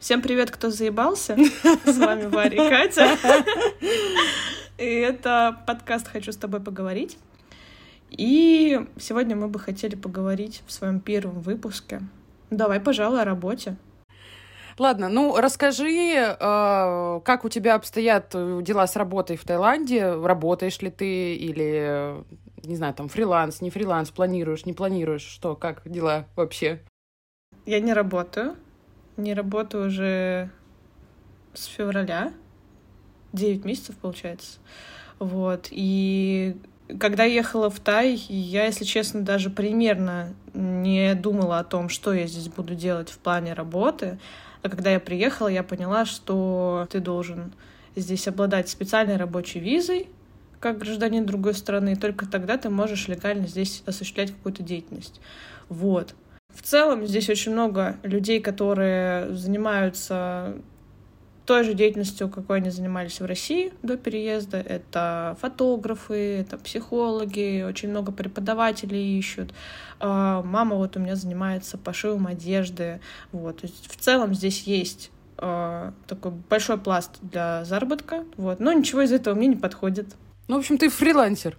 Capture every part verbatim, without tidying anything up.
Всем привет, кто заебался. С вами Варя и Катя. И это подкаст «Хочу с тобой поговорить». И сегодня мы бы хотели поговорить в своем первом выпуске. Давай, пожалуй, о работе. Ладно, ну расскажи, э, как у тебя обстоят дела с работой в Таиланде? Работаешь ли ты или, не знаю, там фриланс, не фриланс, планируешь, не планируешь? Что, как дела вообще? Я не работаю. Не работаю уже с февраля. Девять месяцев, получается. Вот. И когда ехала в Тай, я, если честно, даже примерно не думала о том, что я здесь буду делать в плане работы. А когда я приехала, я поняла, что ты должен здесь обладать специальной рабочей визой, как гражданин другой страны, и только тогда ты можешь легально здесь осуществлять какую-то деятельность. Вот. В целом здесь очень много людей, которые занимаются той же деятельностью, какой они занимались в России до переезда. Это фотографы, это психологи, очень много преподавателей ищут. Мама вот у меня занимается пошивом одежды. Вот. То есть в целом здесь есть такой большой пласт для заработка. Вот. Но ничего из этого мне не подходит. Ну, в общем, ты фрилансер.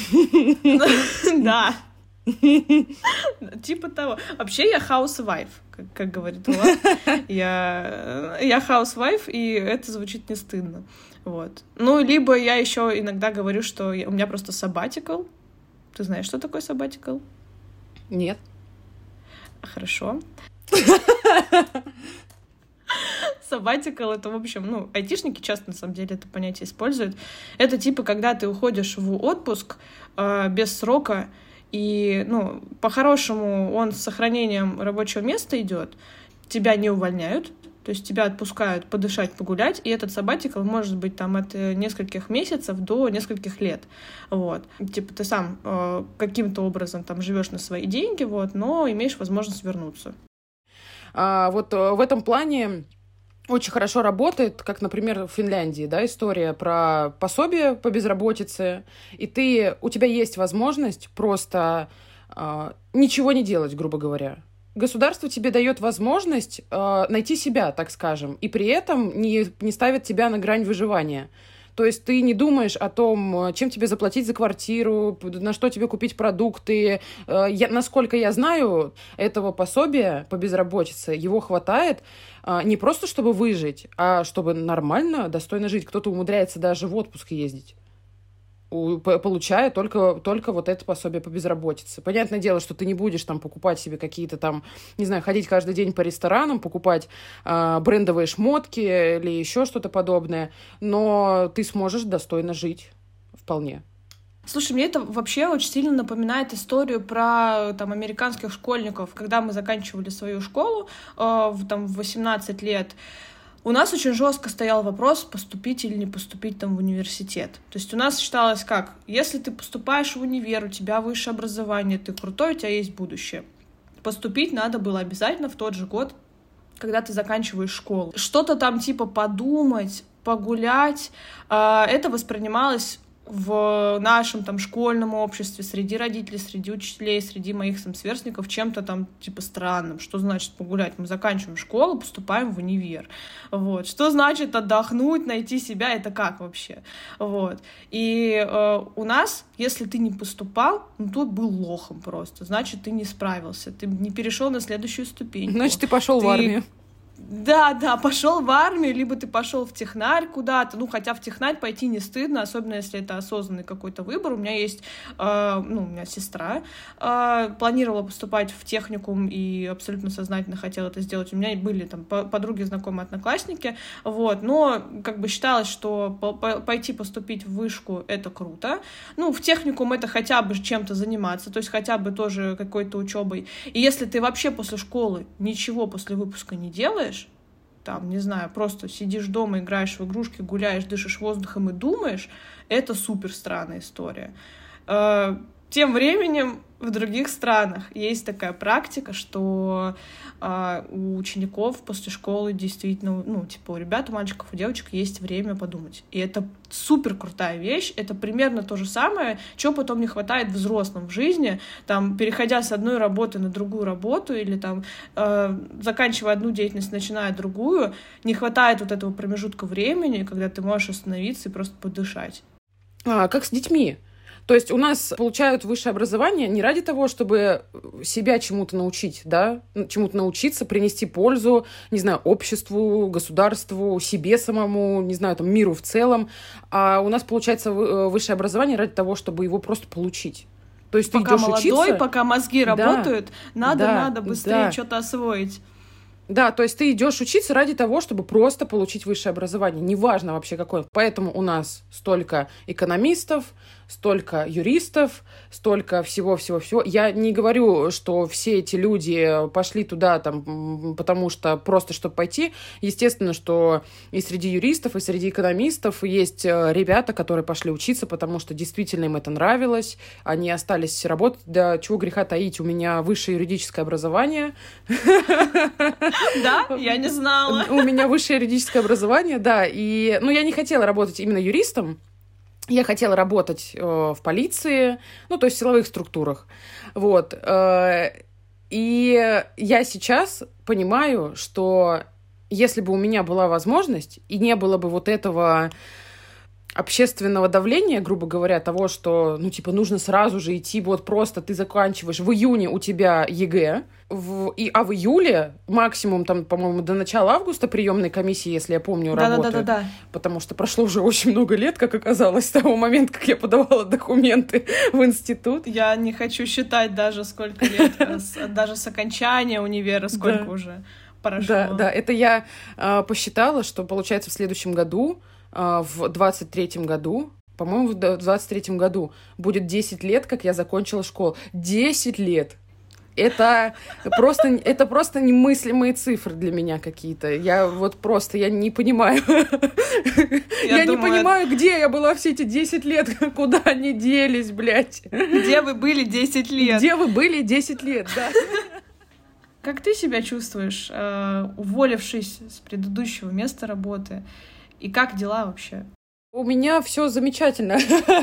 Да. Типа того. Вообще я housewife, как, как говорит Влад. Я, я housewife, и это звучит не стыдно. Вот. Ну, либо я еще иногда говорю, что я, у меня просто sabbatical. Ты знаешь, что такое sabbatical? Нет. Хорошо. Sabbatical — это, в общем, ну, айтишники часто, на самом деле, это понятие используют. Это типа, когда ты уходишь в отпуск э, без срока, и, ну, по-хорошему он с сохранением рабочего места идет, тебя не увольняют, то есть тебя отпускают подышать, погулять, и этот sabbatical может быть там от нескольких месяцев до нескольких лет, вот. Типа ты сам э, каким-то образом там живешь на свои деньги, вот, но имеешь возможность вернуться. А, вот в этом плане очень хорошо работает, как, например, в Финляндии, да, история про пособие по безработице, и ты, у тебя есть возможность просто э, ничего не делать, грубо говоря. Государство тебе дает возможность э, найти себя, так скажем, и при этом не, не ставит тебя на грань выживания. То есть ты не думаешь о том, чем тебе заплатить за квартиру, на что тебе купить продукты. Я, насколько я знаю, этого пособия по безработице, его хватает не просто, чтобы выжить, а чтобы нормально, достойно жить. Кто-то умудряется даже в отпуск ездить, получая только, только вот это пособие по безработице. Понятное дело, что ты не будешь там покупать себе какие-то там, не знаю, ходить каждый день по ресторанам, покупать э, брендовые шмотки или еще что-то подобное, но ты сможешь достойно жить вполне. Слушай, мне это вообще очень сильно напоминает историю про там американских школьников. Когда мы заканчивали свою школу э, в, там, в восемнадцать лет, у нас очень жестко стоял вопрос, поступить или не поступить там в университет. То есть у нас считалось как? Если ты поступаешь в универ, у тебя высшее образование, ты крутой, у тебя есть будущее. Поступить надо было обязательно в тот же год, когда ты заканчиваешь школу. Что-то там типа подумать, погулять, это воспринималось в нашем там школьном обществе, среди родителей, среди учителей, среди моих там сверстников чем-то там типа странным. Что значит погулять? Мы заканчиваем школу, поступаем в универ. Вот. Что значит отдохнуть, найти себя? Это как вообще? Вот. И э, у нас, если ты не поступал, ну, то был лохом просто. Значит, ты не справился, ты не перешел на следующую ступень. Значит, ты пошел ты... в армию. Да, да, пошел в армию, либо ты пошел в технарь куда-то, ну, хотя в технарь пойти не стыдно, особенно если это осознанный какой-то выбор. У меня есть, э, ну, у меня сестра э, планировала поступать в техникум и абсолютно сознательно хотела это сделать. У меня были там подруги, знакомые, одноклассники, вот, но как бы считалось, что по- по- пойти поступить в вышку — это круто. Ну, в техникум это хотя бы чем-то заниматься, то есть хотя бы тоже какой-то учебой. И если ты вообще после школы ничего после выпуска не делаешь, там, не знаю, просто сидишь дома, играешь в игрушки, гуляешь, дышишь воздухом и думаешь, это супер странная история. Тем временем в других странах есть такая практика, что э, у учеников после школы действительно, ну, типа у ребят, у мальчиков, у девочек есть время подумать. И это супер крутая вещь. Это примерно то же самое, чего потом не хватает взрослым в жизни, там, переходя с одной работы на другую работу или там, э, заканчивая одну деятельность, начиная другую, не хватает вот этого промежутка времени, когда ты можешь остановиться и просто подышать. А, как с детьми. То есть у нас получают высшее образование не ради того, чтобы себя чему-то научить, да, чему-то научиться, принести пользу, не знаю, обществу, государству, себе самому, не знаю, там, миру в целом. А у нас получается высшее образование ради того, чтобы его просто получить. То есть пока ты идешь молодой, учиться, пока мозги да, работают, надо, да, надо быстрее да. что-то освоить. Да, то есть ты идешь учиться ради того, чтобы просто получить высшее образование. Неважно вообще какое. Поэтому у нас столько экономистов, столько юристов, столько всего-всего-всего. Я не говорю, что все эти люди пошли туда, там, потому что просто, чтобы пойти. Естественно, что и среди юристов, и среди экономистов есть ребята, которые пошли учиться, потому что действительно им это нравилось. Они остались работать. Да, чего греха таить, у меня высшее юридическое образование. Да? Я не знала. У меня высшее юридическое образование, да. И, ну, я не хотела работать именно юристом. Я хотела работать э, в полиции, ну, то есть в силовых структурах. Вот. Э, и я сейчас понимаю, что если бы у меня была возможность, и не было бы вот этого общественного давления, грубо говоря, того, что, ну, типа, нужно сразу же идти, вот просто ты заканчиваешь, в июне у тебя ЕГЭ, в, и, а в июле, максимум, там, по-моему, до начала августа приемной комиссии, если я помню, да, работают. Да, да, да, да. Потому что прошло уже очень много лет, как оказалось, с того момента, как я подавала документы в институт. Я не хочу считать даже, сколько лет, даже с окончания универа, сколько уже прошло. Да, да, это я посчитала, что, получается, в следующем году, в двадцать третьем году, по-моему, в двадцать третьем году будет десять лет, как я закончила школу. десять лет! Это просто, это просто немыслимые цифры для меня какие-то. Я вот просто, я не понимаю. Я, я думаю, не понимаю, где я была все эти десять лет, куда они делись, блядь. Где вы были десять лет? Где вы были десять лет, да. Как ты себя чувствуешь, уволившись с предыдущего места работы? И как дела вообще? У меня все замечательно.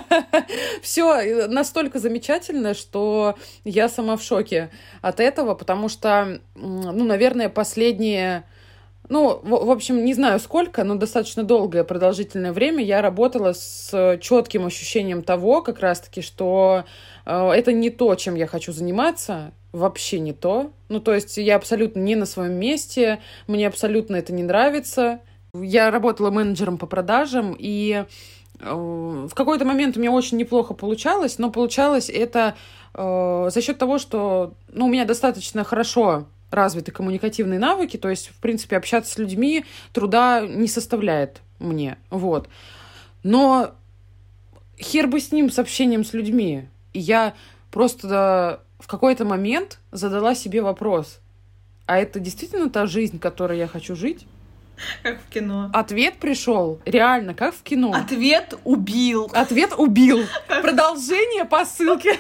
Все настолько замечательно, что я сама в шоке от этого, потому что, ну, наверное, последние... Ну, в, в общем, не знаю сколько, но достаточно долгое продолжительное время я работала с четким ощущением того, как раз-таки, что э, это не то, чем я хочу заниматься, вообще не то. Ну, то есть я абсолютно не на своем месте, мне абсолютно это не нравится. Я работала менеджером по продажам, и э, в какой-то момент у меня очень неплохо получалось, но получалось это э, за счет того, что, ну, у меня достаточно хорошо развиты коммуникативные навыки, то есть, в принципе, общаться с людьми труда не составляет мне, вот. Но хер бы с ним, с общением с людьми. И я просто в какой-то момент задала себе вопрос, а это действительно та жизнь, которой я хочу жить? Как в кино. Ответ пришел, реально, как в кино. Ответ убил. Ответ убил. Продолжение по ссылке.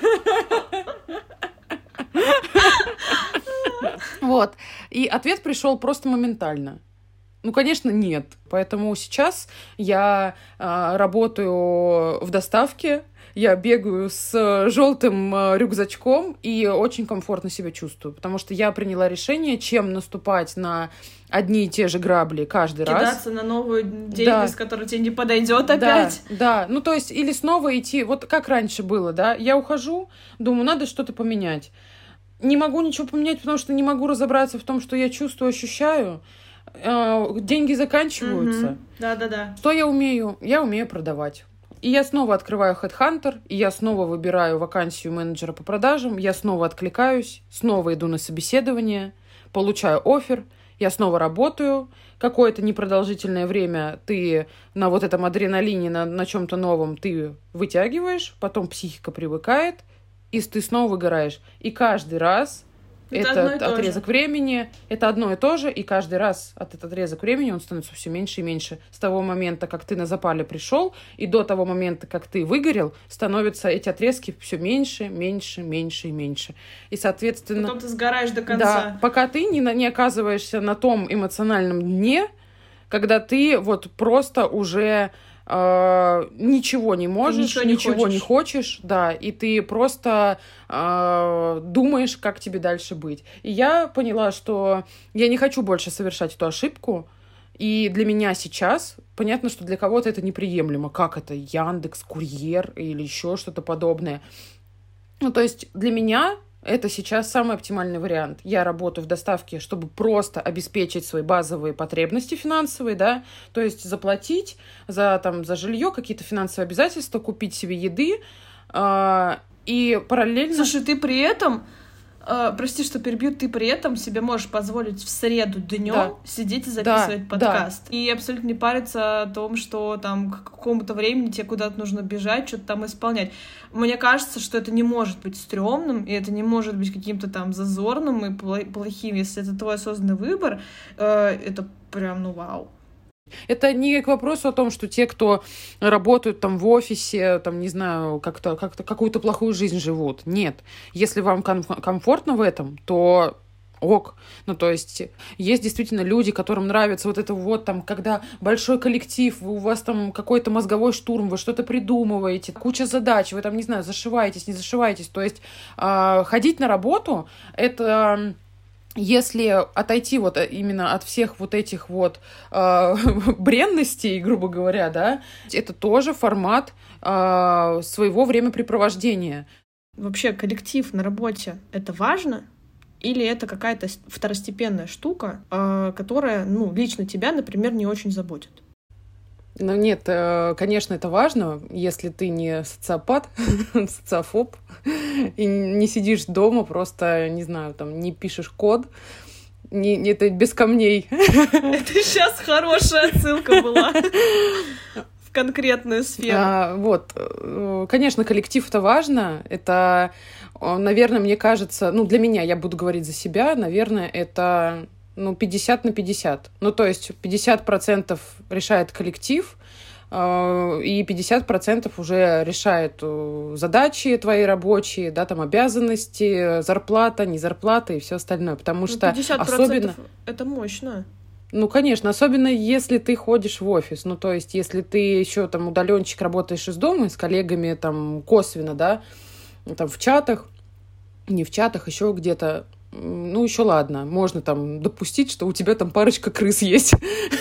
Вот. И ответ пришел просто моментально. Ну, конечно, нет. Поэтому сейчас я э, работаю в доставке, я бегаю с желтым э, рюкзачком и очень комфортно себя чувствую, потому что я приняла решение, чем наступать на одни и те же грабли каждый Кидаться раз. Кидаться на новую деятельность, да. Которая тебе не подойдет опять. Да, да, ну то есть или снова идти, вот как раньше было, да, я ухожу, думаю, надо что-то поменять. Не могу ничего поменять, потому что не могу разобраться в том, что я чувствую, ощущаю. Деньги заканчиваются. Да-да-да. Что я умею? Я умею продавать. И я снова открываю HeadHunter, и я снова выбираю вакансию менеджера по продажам, я снова откликаюсь, снова иду на собеседование, получаю оффер, я снова работаю. Какое-то непродолжительное время ты на вот этом адреналине, на, на чем-то новом ты вытягиваешь, потом психика привыкает, и ты снова выгораешь. И каждый раз Это этот отрезок времени, это одно и то же, и каждый раз от этот отрезок времени он становится все меньше и меньше. С того момента, как ты на запале пришел, и до того момента, как ты выгорел, становятся эти отрезки все меньше, меньше, меньше и меньше. И, соответственно... Потом ты сгораешь до конца. Да, пока ты не, не оказываешься на том эмоциональном дне, когда ты вот просто уже... Uh, ничего не можешь, ничего, не, ничего хочешь. не хочешь, да, и ты просто uh, думаешь, как тебе дальше быть. И я поняла, что я не хочу больше совершать эту ошибку, и для меня сейчас, понятно, что для кого-то это неприемлемо, как это, Яндекс, Курьер или еще что-то подобное. Ну, то есть для меня это сейчас самый оптимальный вариант. Я работаю в доставке, чтобы просто обеспечить свои базовые потребности финансовые, да, то есть заплатить за, там, за жилье, какие-то финансовые обязательства, купить себе еды, э, и параллельно... Слушай, ты при этом... Uh, прости, что перебью, ты при этом себе можешь позволить в среду днем да. сидеть и записывать да, подкаст. Да. И абсолютно не париться о том, что там к какому-то времени тебе куда-то нужно бежать, что-то там исполнять. Мне кажется, что это не может быть стрёмным, и это не может быть каким-то там зазорным и плохим. Если это твой осознанный выбор, uh, это прям, ну, вау. Это не к вопросу о том, что те, кто работают там в офисе, там, не знаю, как-то, как-то какую-то плохую жизнь живут. Нет. Если вам ком- комфортно в этом, то ок. Ну, то есть есть действительно люди, которым нравится вот это вот там, когда большой коллектив, у вас там какой-то мозговой штурм, вы что-то придумываете, куча задач, вы там, не знаю, зашиваетесь, не зашиваетесь. То есть э, ходить на работу — это... Если отойти вот именно от всех вот этих вот э, бренностей, грубо говоря, да, это тоже формат э, своего времяпрепровождения. Вообще коллектив на работе — это важно? Или это какая-то второстепенная штука, э, которая, ну, лично тебя, например, не очень заботит? Ну нет, конечно, это важно, если ты не социопат, социофоб, и не сидишь дома, просто, не знаю, там, не пишешь код, не, это без камней. Это сейчас хорошая отсылка была в конкретную сферу. А, вот, конечно, коллектив — это важно, это, наверное, мне кажется, ну, для меня, я буду говорить за себя, наверное, это... ну, пятьдесят на пятьдесят. Ну, то есть пятьдесят процентов решает коллектив, э, и пятьдесят процентов уже решает задачи твои рабочие, да, там, обязанности, зарплата, не зарплата и все остальное. Потому что особенно... это мощно. Ну, конечно, особенно если ты ходишь в офис. Ну, то есть если ты еще там удаленщик, работаешь из дома с коллегами там косвенно, да, там в чатах, не в чатах, еще где-то. Ну, еще ладно, можно там допустить, что у тебя там парочка крыс есть.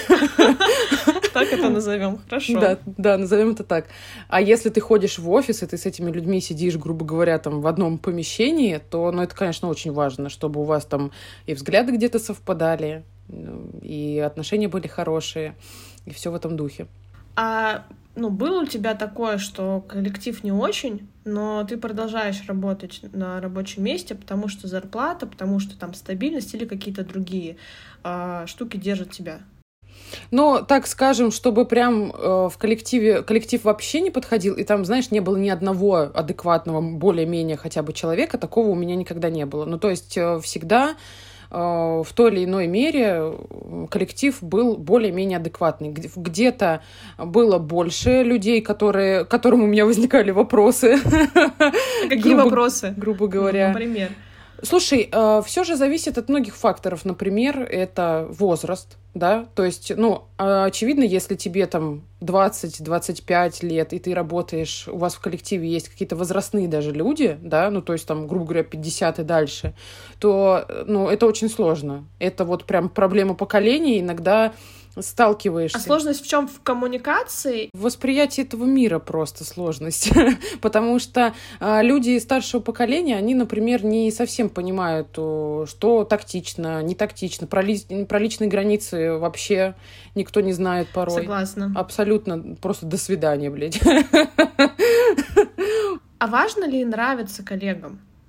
Так это назовем, хорошо. Да, да, назовем это так. А если ты ходишь в офис, и ты с этими людьми сидишь, грубо говоря, там в одном помещении, то, ну, это, конечно, очень важно, чтобы у вас там и взгляды где-то совпадали, и отношения были хорошие, и все в этом духе. А, ну, было у тебя такое, что коллектив не очень, но ты продолжаешь работать на рабочем месте, потому что зарплата, потому что там стабильность или какие-то другие а, штуки держат тебя? Ну, так скажем, чтобы прям э, в коллективе, коллектив вообще не подходил, и там, знаешь, не было ни одного адекватного, более-менее хотя бы человека, такого у меня никогда не было. Ну, то есть э, всегда... в той или иной мере коллектив был более-менее адекватный. Где-то было больше людей, которые, к которым у меня возникали вопросы. Какие грубо, вопросы? Грубо говоря. Ну, например? Слушай, все же зависит от многих факторов. Например, это возраст, да, то есть, ну, очевидно, если тебе там двадцать-двадцать пять лет, и ты работаешь, у вас в коллективе есть какие-то возрастные даже люди, да, ну, то есть там, грубо говоря, пятьдесят и дальше, то, ну, это очень сложно. Это вот прям проблема поколений, иногда сталкиваешься. А сложность в чем? В коммуникации? В восприятии этого мира просто сложность. Потому что а, люди старшего поколения, они, например, не совсем понимают, что тактично, не тактично. Про, ли, про личные границы вообще никто не знает порой. Согласна. Абсолютно. Просто до свидания, блядь. А важно ли нравиться коллегам?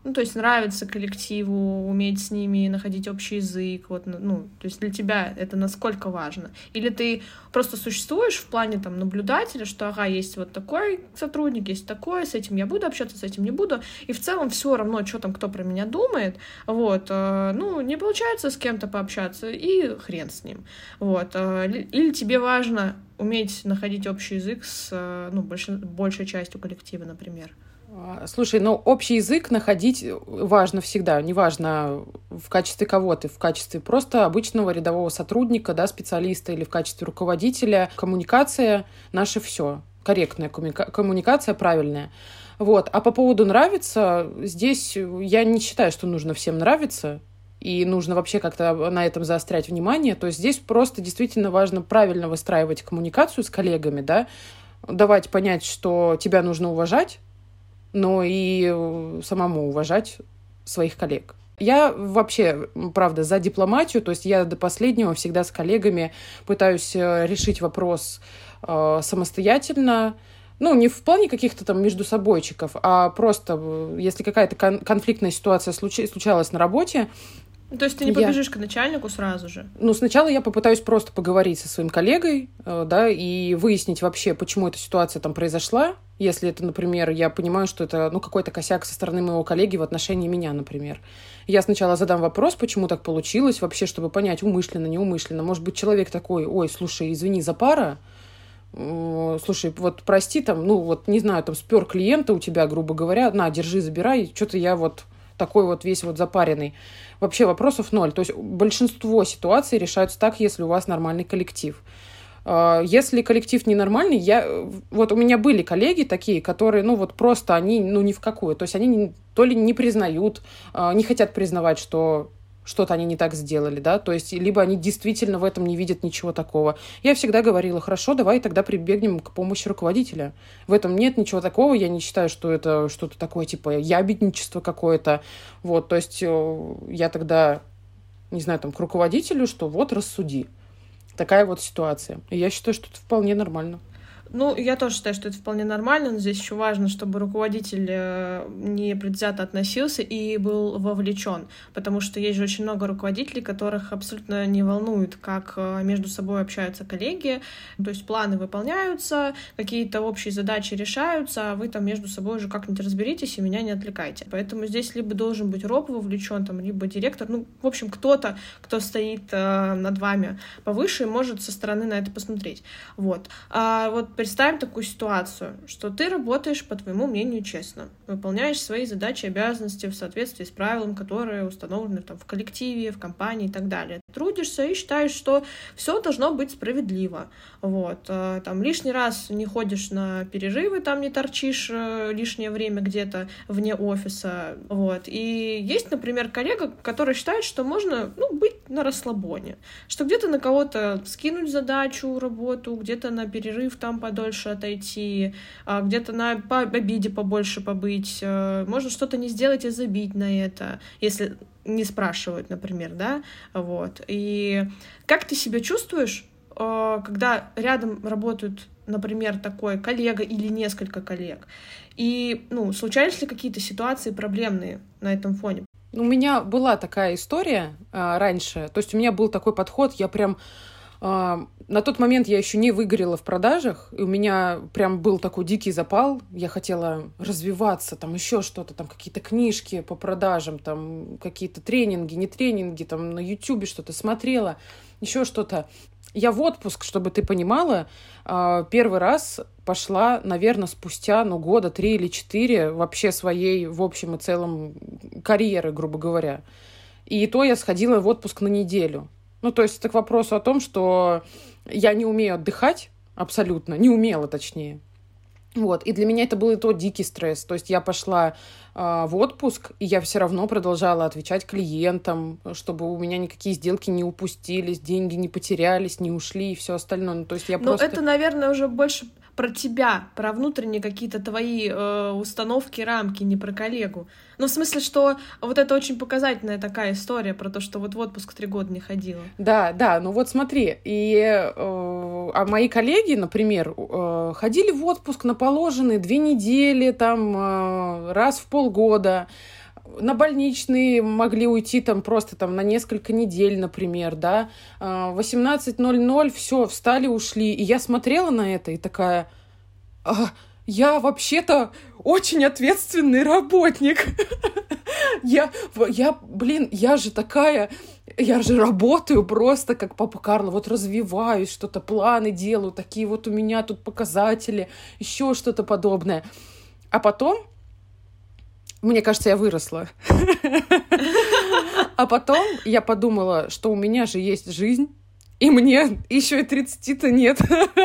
Ну, то есть нравится коллективу, уметь с ними находить общий язык, вот, ну, то есть для тебя это насколько важно? Или ты просто существуешь в плане, там, наблюдателя, что, ага, есть вот такой сотрудник, есть такой, с этим я буду общаться, с этим не буду, и в целом все равно, что там кто про меня думает, вот, ну, не получается с кем-то пообщаться, и хрен с ним, вот, или тебе важно уметь находить общий язык с, ну, больш... большей частью коллектива, например? Слушай, ну общий язык находить важно всегда, неважно в качестве кого ты, в качестве просто обычного рядового сотрудника, да, специалиста или в качестве руководителя. Коммуникация — наше все, корректная коммуника- коммуникация, правильная. Вот. А по поводу нравится, здесь я не считаю, что нужно всем нравиться, и нужно вообще как-то на этом заострять внимание. То есть здесь просто действительно важно правильно выстраивать коммуникацию с коллегами, да, давать понять, что тебя нужно уважать, но и самому уважать своих коллег. Я вообще, правда, за дипломатию, то есть я до последнего всегда с коллегами пытаюсь решить вопрос э, самостоятельно, ну, не в плане каких-то там междусобойчиков, а просто, если какая-то кон- конфликтная ситуация случ- случалась на работе. То есть ты не побежишь я... к начальнику сразу же? Ну, сначала я попытаюсь просто поговорить со своим коллегой, э, да, и выяснить вообще, почему эта ситуация там произошла. Если это, например, я понимаю, что это, ну, какой-то косяк со стороны моего коллеги в отношении меня, например. Я сначала задам вопрос, почему так получилось, вообще, чтобы понять, умышленно, неумышленно. Может быть, человек такой: ой, слушай, извини за пара, слушай, вот прости, там, ну, вот, не знаю, там, спер клиента у тебя, грубо говоря, на, держи, забирай, что-то я вот такой вот весь вот запаренный. Вообще вопросов ноль. То есть большинство ситуаций решаются так, если у вас нормальный коллектив. Если коллектив ненормальный, я... вот у меня были коллеги такие, которые, ну, вот просто они, ну, ни в какую. То есть они не, то ли не признают, не хотят признавать, что что-то они не так сделали, да, то есть либо они действительно в этом не видят ничего такого. Я всегда говорила: хорошо, давай тогда прибегнем к помощи руководителя. В этом нет ничего такого, я не считаю, что это что-то такое, типа, ябедничество какое-то, вот, то есть я тогда, не знаю, там, к руководителю, что вот, рассуди. Такая вот ситуация. И я считаю, что это вполне нормально. Ну, я тоже считаю, что это вполне нормально, но здесь еще важно, чтобы руководитель не предвзято относился и был вовлечен, потому что есть же очень много руководителей, которых абсолютно не волнует, как между собой общаются коллеги, то есть планы выполняются, какие-то общие задачи решаются, а вы там между собой уже как-нибудь разберитесь и меня не отвлекайте. Поэтому здесь либо должен быть роб вовлечен, там, либо директор, ну, в общем, кто-то, кто стоит э, над вами повыше, может со стороны на это посмотреть. Вот. А вот представим такую ситуацию, что ты работаешь, по твоему мнению, честно, выполняешь свои задачи и обязанности в соответствии с правилами, которые установлены там, в коллективе, в компании и так далее. Трудишься и считаешь, что все должно быть справедливо. Вот. Там лишний раз не ходишь на перерывы, там не торчишь лишнее время где-то вне офиса. Вот. И есть, например, коллега, который считает, что можно, ну, быть на расслабоне, что где-то на кого-то скинуть задачу, работу, где-то на перерыв там подольше отойти, где-то на обеде побольше побыть, можно что-то не сделать и забить на это, если не спрашивают, например, да, вот. И как ты себя чувствуешь, когда рядом работают, например, такой коллега или несколько коллег, и, ну, случались ли какие-то ситуации проблемные на этом фоне? У меня была такая история а, раньше, то есть у меня был такой подход, я прям на тот момент я еще не выгорела в продажах, и у меня прям был такой дикий запал. Я хотела развиваться, там еще что-то, там какие-то книжки по продажам, там какие-то тренинги, не тренинги, там на Ютубе что-то смотрела, еще что-то. Я в отпуск, чтобы ты понимала, первый раз пошла, наверное, спустя, ну, года три или четыре вообще своей, в общем и целом, карьеры, грубо говоря. И то я сходила в отпуск на неделю. Ну, то есть это к вопросу о том, что я не умею отдыхать абсолютно, не умела, точнее. Вот, и для меня это был и тот дикий стресс. То есть я пошла э, в отпуск, и я все равно продолжала отвечать клиентам, чтобы у меня никакие сделки не упустились, деньги не потерялись, не ушли и все остальное. Ну, то есть я Но просто... это, наверное, уже больше про тебя, про внутренние какие-то твои э, установки, рамки, не про коллегу. Ну, в смысле, что вот это очень показательная такая история про то, что вот в отпуск три года не ходила. Да, да, ну вот смотри, и э, а мои коллеги, например, э, ходили в отпуск на положенные две недели, там, э, раз в полгода. на больничные могли уйти там просто там на несколько недель, например, да. восемнадцать ноль ноль, все, встали, ушли. И я смотрела на это и такая... А, я вообще-то очень ответственный работник. Я, я, блин, я же такая... Я же работаю просто как папа Карло, вот развиваюсь, что-то, планы делаю, такие вот у меня тут показатели, еще что-то подобное. А потом, мне кажется, я выросла. А потом я подумала, что у меня же есть жизнь, и мне еще и тридцати-то нет.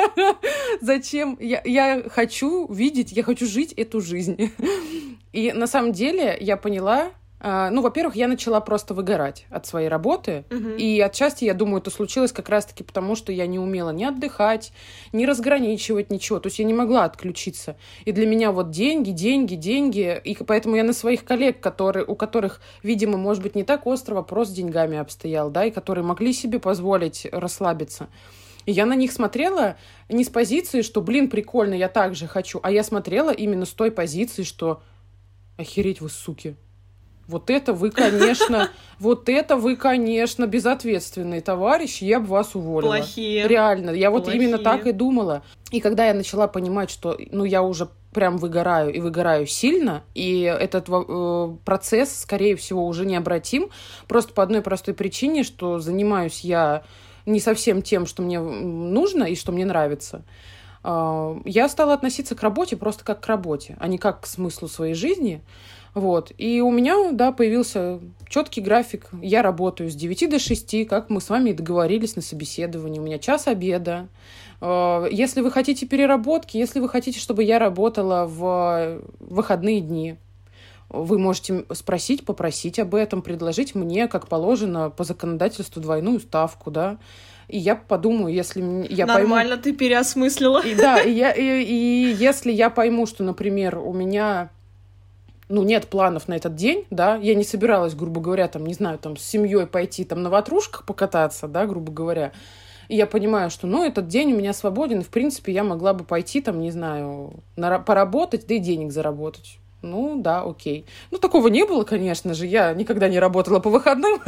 Зачем? Я, я хочу видеть, я хочу жить эту жизнь. И на самом деле я поняла... Ну, во-первых, я начала просто выгорать от своей работы, uh-huh. и отчасти, я думаю, это случилось как раз-таки потому, что я не умела ни отдыхать, ни разграничивать ничего, то есть я не могла отключиться. И для меня вот деньги, деньги, деньги, и поэтому я на своих коллег, которые, у которых, видимо, может быть, не так остро вопрос с деньгами обстоял, да, и которые могли себе позволить расслабиться. И я на них смотрела не с позиции, что, блин, прикольно, я так же хочу, а я смотрела именно с той позиции, что охереть вы, суки. Вот это вы, конечно, вот это вы, конечно, безответственные товарищи, я бы вас уволила. Плохие. Реально, я вот Плохие. именно так и думала. И когда я начала понимать, что, ну, я уже прям выгораю, и выгораю сильно, и этот э, процесс, скорее всего, уже необратим, просто по одной простой причине, что занимаюсь я не совсем тем, что мне нужно и что мне нравится, э, я стала относиться к работе просто как к работе, а не как к смыслу своей жизни. Вот. И у меня, да, появился четкий график. Я работаю с девяти до шести, как мы с вами и договорились на собеседовании. У меня час обеда. Если вы хотите переработки, если вы хотите, чтобы я работала в выходные дни, вы можете спросить, попросить об этом, предложить мне, как положено, по законодательству двойную ставку, да. И я подумаю, если я пойму... Нормально ты переосмыслила. И, да, и, я, и, и если я пойму, что, например, у меня... ну, нет планов на этот день, да, я не собиралась, грубо говоря, там, не знаю, там, с семьей пойти там на ватрушках покататься, да, грубо говоря, и я понимаю, что, ну, этот день у меня свободен, и, в принципе, я могла бы пойти, там, не знаю, на, поработать, да и денег заработать. Ну, да, окей. Ну, такого не было, конечно же, я никогда не работала по выходным,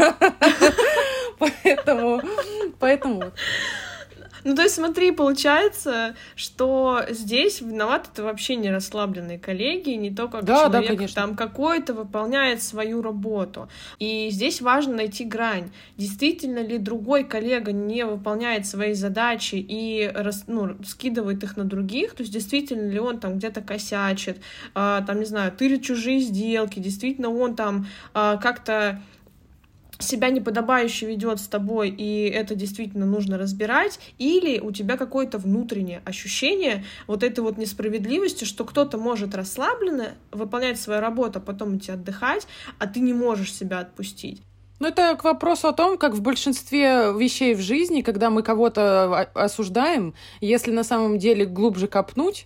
поэтому, поэтому... Ну, то есть, смотри, получается, что здесь виноваты-то вообще не расслабленные коллеги, не то, как да, человек да, там какой-то выполняет свою работу. И здесь важно найти грань. Действительно ли другой коллега не выполняет свои задачи и ну, скидывает их на других? То есть, действительно ли он там где-то косячит, э, там, не знаю, тырит чужие сделки, действительно он там э, как-то себя неподобающе ведет с тобой, и это действительно нужно разбирать, или у тебя какое-то внутреннее ощущение вот этой вот несправедливости, что кто-то может расслабленно выполнять свою работу, а потом идти отдыхать, а ты не можешь себя отпустить. Ну, это к вопросу о том, как в большинстве вещей в жизни, когда мы кого-то осуждаем, если на самом деле глубже копнуть,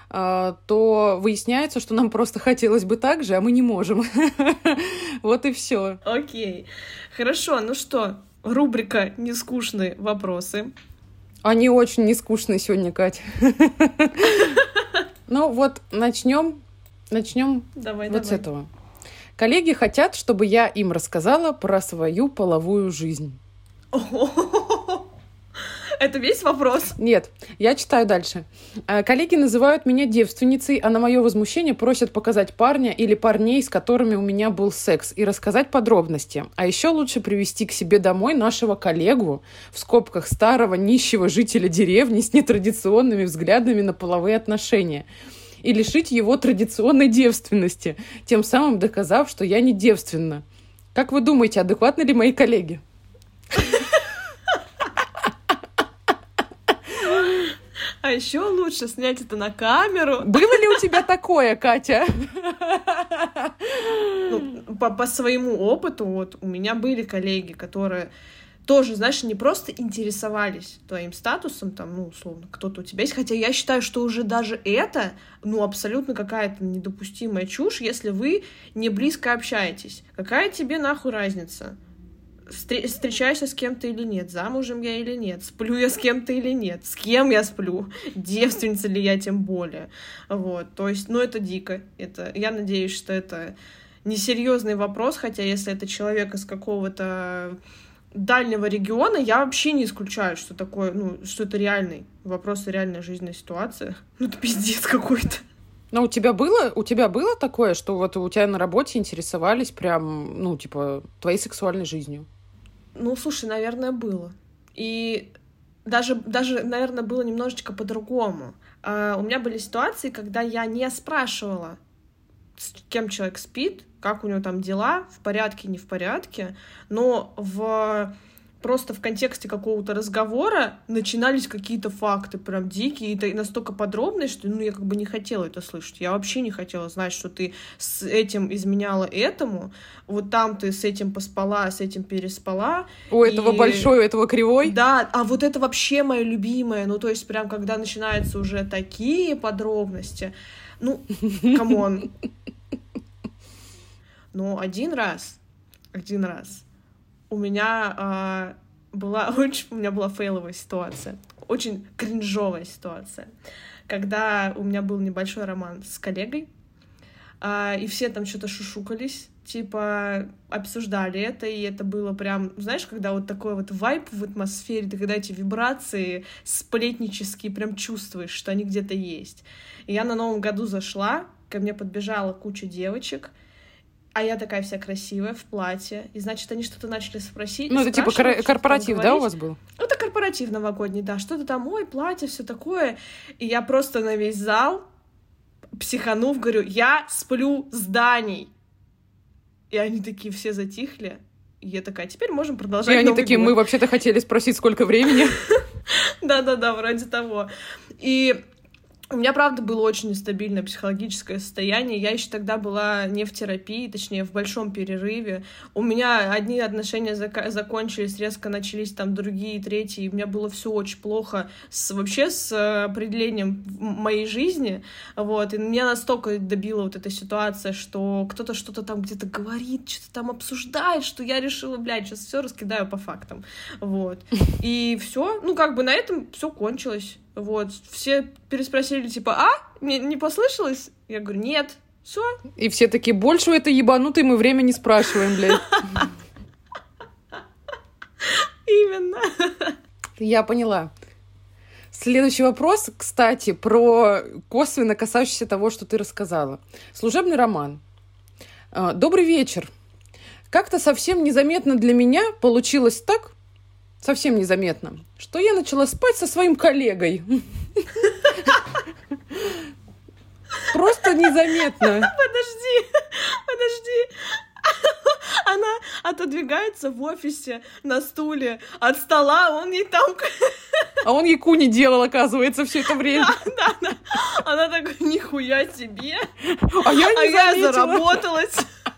то выясняется, что нам просто хотелось бы так же, а мы не можем. Вот и все. Окей. Хорошо, ну что, рубрика «Нескучные вопросы». Они очень нескучные сегодня, Катя. Ну вот, начнем. Начнем давай, вот давай. с этого. Коллеги хотят, чтобы я им рассказала про свою половую жизнь. Это весь вопрос? Нет, я читаю дальше. Коллеги называют меня девственницей, а на мое возмущение просят показать парня или парней, с которыми у меня был секс, и рассказать подробности. А еще лучше привести к себе домой нашего коллегу, в скобках старого нищего жителя деревни с нетрадиционными взглядами на половые отношения, и лишить его традиционной девственности, тем самым доказав, что я не девственна. Как вы думаете, адекватны ли мои коллеги? А еще лучше снять это на камеру. Было ли у тебя такое, Катя? Ну, по, по своему опыту, вот у меня были коллеги, которые тоже, знаешь, не просто интересовались твоим статусом, там, ну, условно, кто-то у тебя есть, хотя я считаю, что уже даже это, ну, абсолютно какая-то недопустимая чушь, если вы не близко общаетесь. Какая тебе нахуй разница? Встречаюсь с кем-то или нет, замужем я или нет, сплю я с кем-то или нет, с кем я сплю, девственница ли я тем более. Вот, то есть, ну, это дико. Это, я надеюсь, что это несерьезный вопрос, хотя если это человек из какого-то дальнего региона, я вообще не исключаю, что такое, ну, что это реальный вопрос, реальная жизненная ситуация. Ну, это пиздец какой-то. Но у тебя было, у тебя было такое, что вот у тебя на работе интересовались прям, ну, типа, твоей сексуальной жизнью? Ну, слушай, наверное, было. И даже, даже, наверное, было немножечко по-другому. Uh, у меня были ситуации, когда я не спрашивала, с кем человек спит, как у него там дела, в порядке, не в порядке, но в... просто в контексте какого-то разговора начинались какие-то факты прям дикие, и настолько подробные, что ну, я как бы не хотела это слышать. Я вообще не хотела знать, что ты с этим изменяла этому, вот там ты с этим поспала, с этим переспала. У и... этого большой, у этого кривой? Да, а вот это вообще моя любимая. Ну, то есть прям когда начинаются уже такие подробности, ну, камон. Но один раз, один раз у меня э, была очень, у меня была фейловая ситуация, очень кринжовая ситуация, когда у меня был небольшой роман с коллегой, э, и все там что-то шушукались, типа обсуждали это, и это было прям, знаешь, когда вот такой вот вайб в атмосфере, ты когда эти вибрации сплетнические прям чувствуешь, что они где-то есть. И я на Новом году зашла, ко мне подбежала куча девочек, а я такая вся красивая, в платье. И, значит, они что-то начали спросить. Ну, это типа кор- корпоратив, да, у вас был? Ну, это корпоратив новогодний, да. Что-то там, ой, платье, все такое. И я просто на весь зал, психанув, говорю, я сплю с Даней. И они такие все затихли. И я такая, теперь можем продолжать. И они такие, мы вообще-то хотели спросить, сколько времени. Да-да-да, вроде того. И... У меня, правда, было очень нестабильное психологическое состояние. Я еще тогда была не в терапии, точнее, в большом перерыве. У меня одни отношения зак- закончились, резко начались там другие, третьи. И у меня было все очень плохо с, вообще с определением моей жизни. Вот. И меня настолько добила вот эта ситуация, что кто-то что-то там где-то говорит, что-то там обсуждает, что я решила, блядь, сейчас все раскидаю по фактам. Вот. И все, ну, как бы на этом все кончилось. Вот, все переспросили, типа, а? Не, не послышалось? Я говорю, нет, все. И все такие, больше у этой ебанутой мы время не спрашиваем, блядь. Именно. Я поняла. Следующий вопрос, кстати, про косвенно касающийся того, что ты рассказала. Служебный роман. Добрый вечер. Как-то совсем незаметно для меня получилось так, совсем незаметно, что я начала спать со своим коллегой. Просто незаметно. Подожди, подожди. Она отодвигается в офисе на стуле от стола, он ей там... А он ей куни делал, оказывается, все это время. Да, да, да. Она такая, нихуя себе. А я не А я заработалась.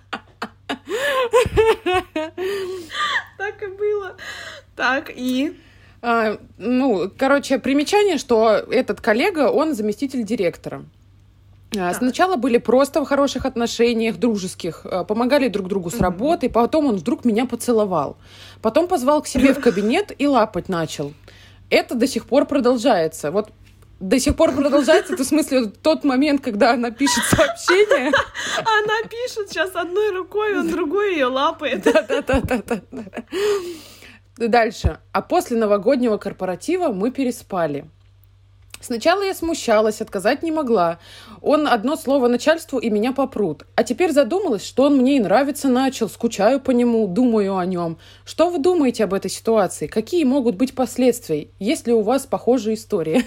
Так и было. Так, и... А, ну, короче, примечание, что этот коллега, он заместитель директора. Так. Сначала были просто в хороших отношениях, дружеских, помогали друг другу с работой, потом он вдруг меня поцеловал. Потом позвал к себе в кабинет и лапать начал. Это до сих пор продолжается. Вот до сих пор продолжается, это в смысле тот момент, когда она пишет сообщение. Она пишет сейчас одной рукой, он другой ее лапает. Да-да-да. Дальше. А после новогоднего корпоратива мы переспали. Сначала я смущалась, отказать не могла. Он одно слово начальству и меня попрут. А теперь задумалась, что он мне и нравиться начал, скучаю по нему, думаю о нем. Что вы думаете об этой ситуации? Какие могут быть последствия? Есть ли у вас похожие истории?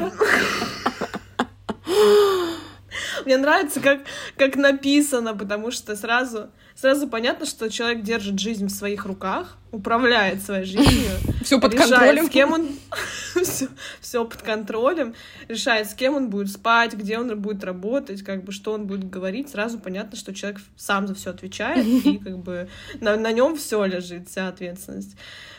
Мне нравится, как, как написано, потому что сразу, сразу понятно, что человек держит жизнь в своих руках, управляет своей жизнью. Все под решает, контролем. С кем он... все, все под контролем. Решает, с кем он будет спать, где он будет работать, как бы, что он будет говорить. Сразу понятно, что человек сам за все отвечает, и как бы на, на нем все лежит, вся ответственность.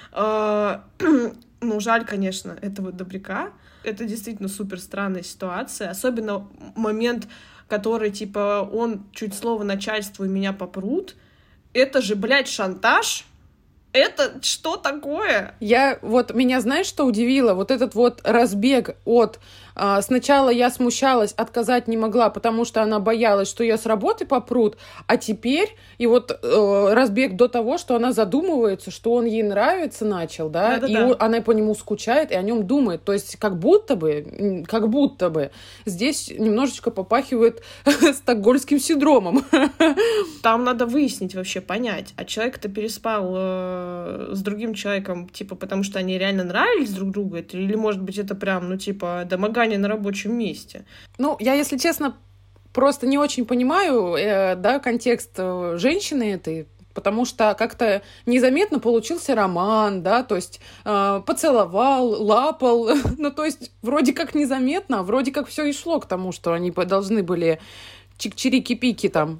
Ну, жаль, конечно, этого добряка. Это действительно супер странная ситуация. Особенно момент, который, типа, он чуть слово начальству и меня попрут. Это же, блядь, шантаж. Это что такое? Я вот, меня знаешь, что удивило? Вот этот вот разбег от А, сначала я смущалась, отказать не могла, потому что она боялась, что ее с работы попрут, а теперь, и вот э, разбег до того, что она задумывается, что он ей нравится начал, да, Да-да-да. и он, она по нему скучает, и о нем думает. То есть как будто бы, как будто бы здесь немножечко попахивает стокгольмским синдромом. Там надо выяснить вообще, понять, а человек-то переспал э, с другим человеком, типа, потому что они реально нравились друг другу, это, или, может быть, это прям, ну, типа, домогание на рабочем месте. Ну, я, если честно, просто не очень понимаю, э, да, контекст э, женщины этой, потому что как-то незаметно получился роман, да, то есть э, поцеловал, лапал, ну, то есть вроде как незаметно, а вроде как все и шло к тому, что они должны были чик-чирики-пики там.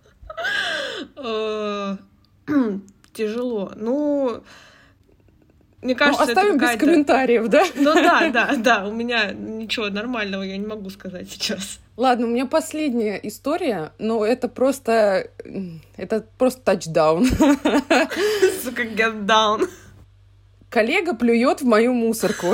Тяжело. Ну, мне кажется, ну, оставим это без комментариев, да? Ну да, да, да, у меня ничего нормального я не могу сказать сейчас. Ладно, у меня последняя история, но это просто... Это просто тачдаун. Сука, get down. Коллега плюет в мою мусорку.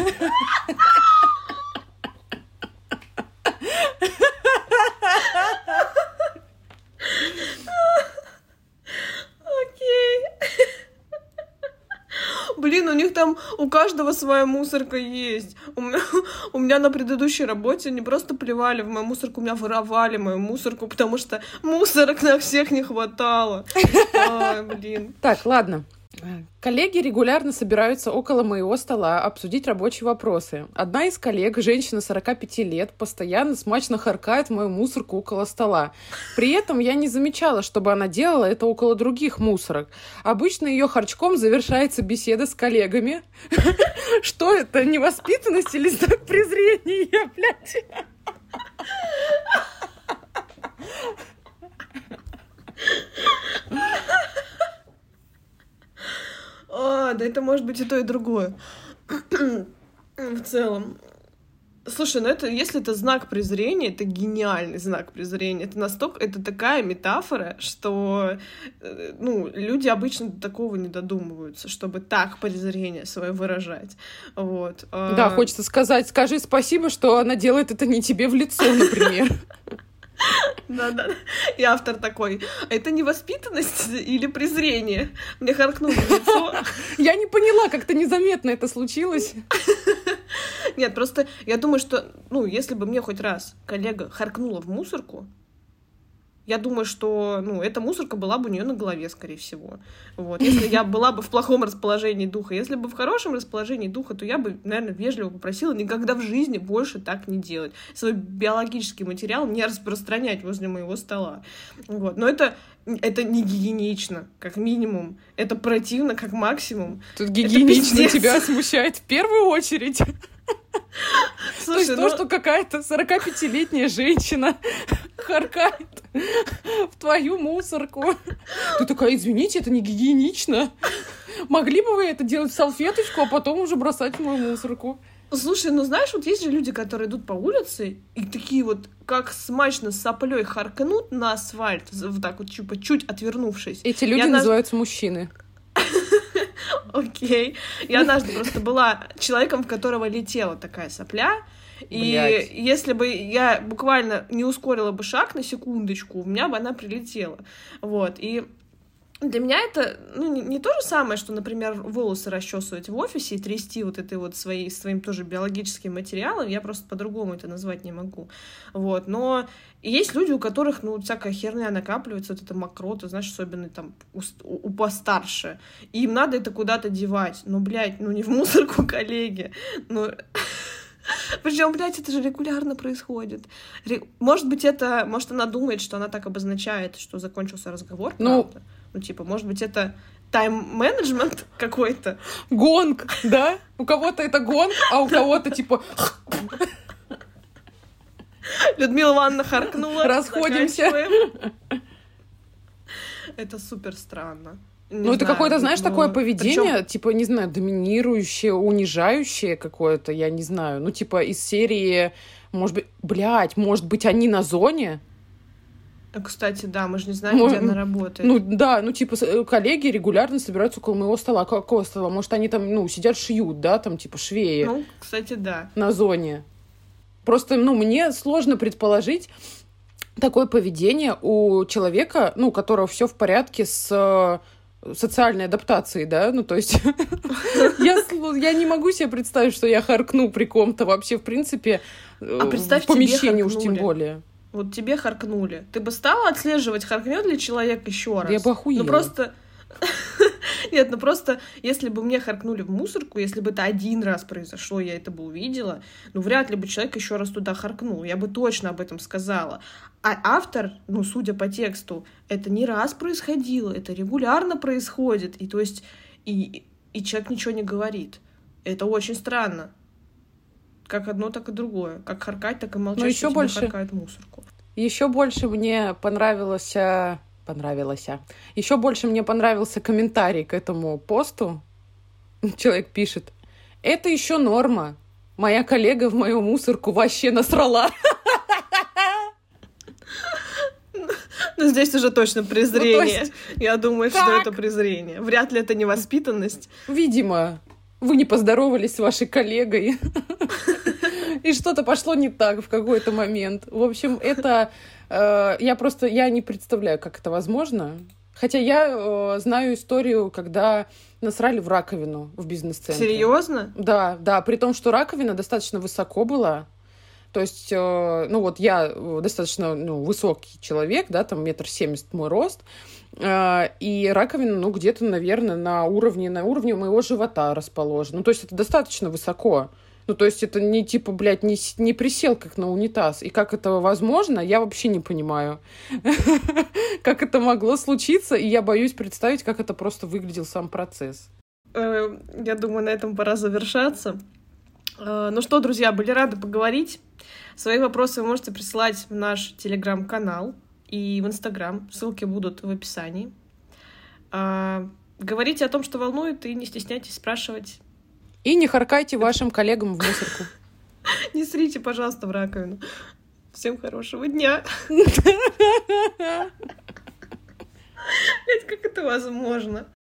Блин, у них там у каждого своя мусорка есть. У меня, у меня на предыдущей работе не просто плевали в мою мусорку, у меня воровали мою мусорку, потому что мусорок на всех не хватало. Ай, блин. Так, ладно. Коллеги регулярно собираются около моего стола обсудить рабочие вопросы. Одна из коллег, женщина сорока пяти лет, постоянно смачно харкает в мою мусорку около стола. При этом я не замечала, чтобы она делала это около других мусорок. Обычно ее харчком завершается беседа с коллегами. Что это, невоспитанность или знак презрения, блядь? А, да это может быть и то, и другое. В целом. Слушай, ну это, если это знак презрения, это гениальный знак презрения. Это настолько, это такая метафора, что, ну, люди обычно до такого не додумываются, чтобы так презрение свое выражать. Вот. Да, хочется сказать, скажи спасибо, что она делает это не тебе в лицо, например. Да-да. И автор такой: это невоспитанность или презрение? Мне харкнули в лицо. Я не поняла, как-то незаметно это случилось. Нет, просто я думаю, что, ну, если бы мне хоть раз коллега харкнула в мусорку, я думаю, что, ну, эта мусорка была бы у нее на голове, скорее всего. Вот. Если я была бы в плохом расположении духа. Если бы в хорошем расположении духа, то я бы, наверное, вежливо попросила никогда в жизни больше так не делать. Свой биологический материал не распространять возле моего стола. Вот. Но это, это не гигиенично, как минимум. Это противно, как максимум. Тут гигиенично тебя смущает в первую очередь. Слушай, то есть ну... то, что какая-то сорокапятилетняя женщина харкает в твою мусорку. Ты такая: извините, это не гигиенично. Могли бы вы это делать в салфеточку, а потом уже бросать в мою мусорку? Слушай, ну знаешь, вот есть же люди, которые идут по улице и такие вот, как смачно с соплей харкнут на асфальт, вот так вот чуть, чуть отвернувшись. Эти люди Я называются наш... мужчины. Окей. Я однажды просто была человеком, в которого летела такая сопля, и Блядь. Если бы я буквально не ускорила бы шаг на секундочку, у меня бы она прилетела. Вот. И для меня это, ну, не, не то же самое, что, например, волосы расчесывать в офисе и трясти вот этой вот своей, своим тоже биологическим материалом, я просто по-другому это назвать не могу. Вот. Но есть люди, у которых, ну, всякая херня накапливается, вот это мокрота, знаешь, особенно там у, у постарше, и им надо это куда-то девать. Ну, блядь, ну не в мусорку, коллеги. Ну... Причем, блядь, это же регулярно происходит. Может быть, это... Может, она думает, что она так обозначает, что закончился разговор, ну... правда? Ну, типа, может быть, это тайм-менеджмент какой-то. Гонг, да? У кого-то это гонг, а у кого-то, типа... Людмила Ивановна харкнула. Расходимся. Это супер странно. Не ну, это знаю, какое-то, знаешь, но... такое поведение, Причем... типа, не знаю, доминирующее, унижающее какое-то, я не знаю. Ну, типа, из серии, может быть, блядь, может быть, они на зоне? Кстати, да, мы же не знаем, ну, где она работает. Ну, да, ну, типа, коллеги регулярно собираются около моего стола. Какого стола? Может, они там, ну, сидят, шьют, да, там, типа, швеи. Ну, кстати, да. На зоне. Просто, ну, мне сложно предположить такое поведение у человека, ну, у которого все в порядке с социальной адаптацией, да, ну, то есть я, я не могу себе представить, что я харкну при ком-то вообще, в принципе, а представь, в помещении уж тем более. Вот тебе харкнули. Ты бы стала отслеживать, харкнет ли человек еще раз? Я бы охуела. Ну, просто... Нет, ну просто, если бы мне харкнули в мусорку, если бы это один раз произошло, я это бы увидела, ну, вряд ли бы человек еще раз туда харкнул. Я бы точно об этом сказала. А автор, ну, судя по тексту, это не раз происходило, это регулярно происходит. И то есть, и, и человек ничего не говорит. Это очень странно. Как одно, так и другое. Как харкать, так и молчать, но еще что больше... тебе харкают в мусорку. Еще больше мне понравилось... понравилось. Еще больше мне понравился комментарий к этому посту. Человек пишет: это еще норма. Моя коллега в мою мусорку вообще насрала. Ну, здесь уже точно презрение. Ну, есть... Я думаю, как? что это презрение. Вряд ли это невоспитанность. Видимо, вы не поздоровались с вашей коллегой. И что-то пошло не так в какой-то момент. В общем, это... Э, я просто... Я не представляю, как это возможно. Хотя я э, знаю историю, когда насрали в раковину в бизнес-центре. Серьезно? Да, да. При том, что раковина достаточно высоко была. То есть, э, ну вот я достаточно ну, высокий человек, да, там метр семьдесят мой рост. Э, и раковина, ну, где-то, наверное, на уровне, на уровне моего живота расположена. Ну, то есть это достаточно высоко. Ну, то есть это не типа, блядь, не, не присел, как на унитаз. И как это возможно, я вообще не понимаю. Как это могло случиться, и я боюсь представить, как это просто выглядел сам процесс. Я думаю, на этом пора завершаться. Ну что, друзья, были рады поговорить. Свои вопросы вы можете присылать в наш телеграм-канал и в инстаграм. Ссылки будут в описании. Говорите о том, что волнует, и не стесняйтесь спрашивать. И не харкайте вашим коллегам в мусорку. Не срите, пожалуйста, в раковину. Всем хорошего дня. Блядь, как это возможно?